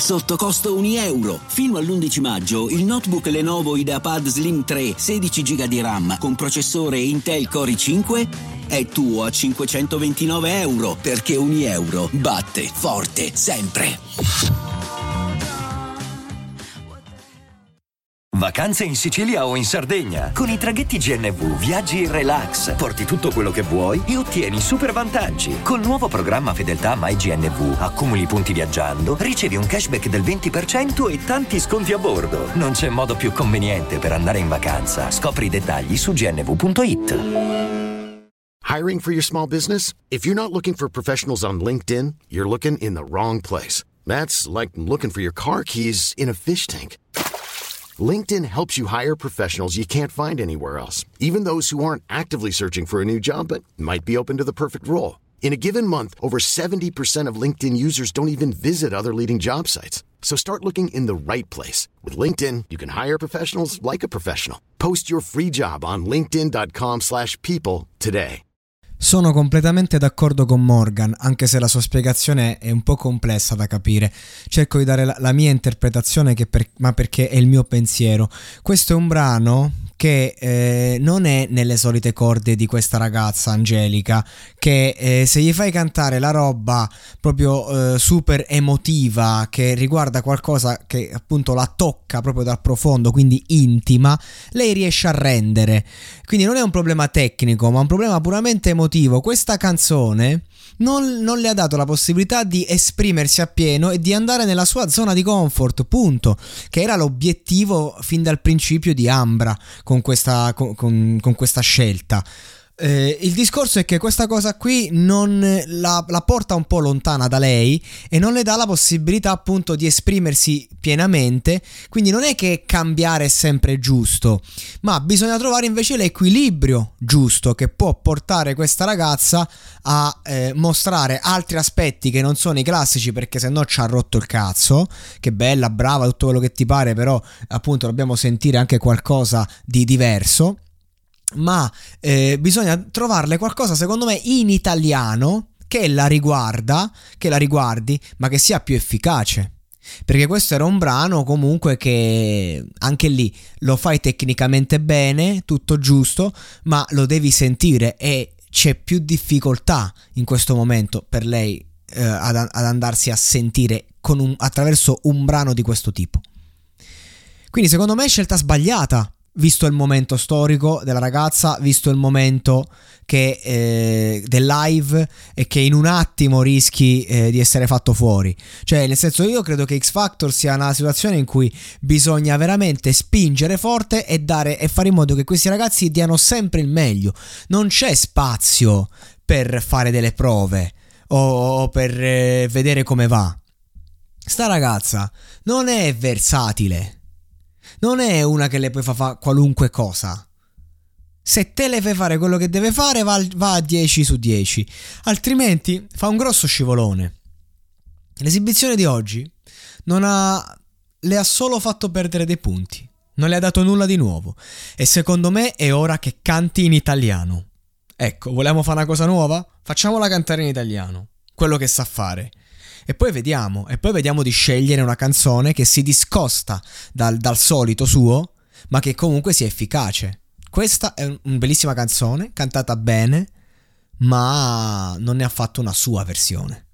sotto costo €1. Fino all'11 maggio il notebook Lenovo IdeaPad Slim 3 16 GB di RAM con processore Intel Core i5 è tuo a €529, perché €1 batte forte sempre. Vacanze in Sicilia o in Sardegna. Con i traghetti GNV viaggi in relax, porti tutto quello che vuoi e ottieni super vantaggi. Col nuovo programma Fedeltà MyGNV accumuli punti viaggiando, ricevi un cashback del 20% e tanti sconti a bordo. Non c'è modo più conveniente per andare in vacanza. Scopri i dettagli su gnv.it. Hiring for your small business? If you're not looking for professionals on LinkedIn, you're looking in the wrong place. That's like looking for your car keys in a fish tank. LinkedIn helps you hire professionals you can't find anywhere else, even those who aren't actively searching for a new job but might be open to the perfect role. In a given month, over 70% of LinkedIn users don't even visit other leading job sites. So start looking in the right place. With LinkedIn, you can hire professionals like a professional. Post your free job on linkedin.com/people today. Sono completamente d'accordo con Morgan, anche se la sua spiegazione è un po' complessa da capire. Cerco di dare la mia interpretazione, ma perché è il mio pensiero. Questo è un brano che non è nelle solite corde di questa ragazza Angelica, che se gli fai cantare la roba proprio super emotiva, che riguarda qualcosa che appunto la tocca proprio dal profondo, quindi intima, lei riesce a rendere. Quindi non è un problema tecnico, ma un problema puramente emotivo. Questa canzone non le ha dato la possibilità di esprimersi appieno e di andare nella sua zona di comfort, punto, che era l'obiettivo fin dal principio di Ambra con questa scelta. Il discorso è che questa cosa qui non la porta un po' lontana da lei e non le dà la possibilità appunto di esprimersi pienamente. Quindi non è che cambiare è sempre giusto, ma bisogna trovare invece l'equilibrio giusto che può portare questa ragazza a mostrare altri aspetti che non sono i classici, perché sennò ci ha rotto il cazzo. Che bella, brava, tutto quello che ti pare, però appunto dobbiamo sentire anche qualcosa di diverso. Ma bisogna trovarle qualcosa, secondo me, in italiano che la riguardi, ma che sia più efficace. Perché questo era un brano comunque che anche lì lo fai tecnicamente bene, tutto giusto, ma lo devi sentire e c'è più difficoltà in questo momento per lei ad andarsi a sentire attraverso un brano di questo tipo. Quindi secondo me è scelta sbagliata, visto il momento storico della ragazza, visto il momento del live, e che in un attimo rischi di essere fatto fuori. Cioè, nel senso, io credo che X Factor sia una situazione in cui bisogna veramente spingere forte e fare in modo che questi ragazzi diano sempre il meglio. Non c'è spazio per fare delle prove o per vedere come va. Sta ragazza non è versatile. Non è una che le puoi fare qualunque cosa. Se te le fai fare quello che deve fare, va a 10 su 10. Altrimenti fa un grosso scivolone. L'esibizione di oggi le ha solo fatto perdere dei punti. Non le ha dato nulla di nuovo. E secondo me è ora che canti in italiano. Ecco, vogliamo fare una cosa nuova? Facciamola cantare in italiano. Quello che sa fare. E poi vediamo di scegliere una canzone che si discosta dal solito suo, ma che comunque sia efficace. Questa è una bellissima canzone, cantata bene, ma non ne ha fatto una sua versione.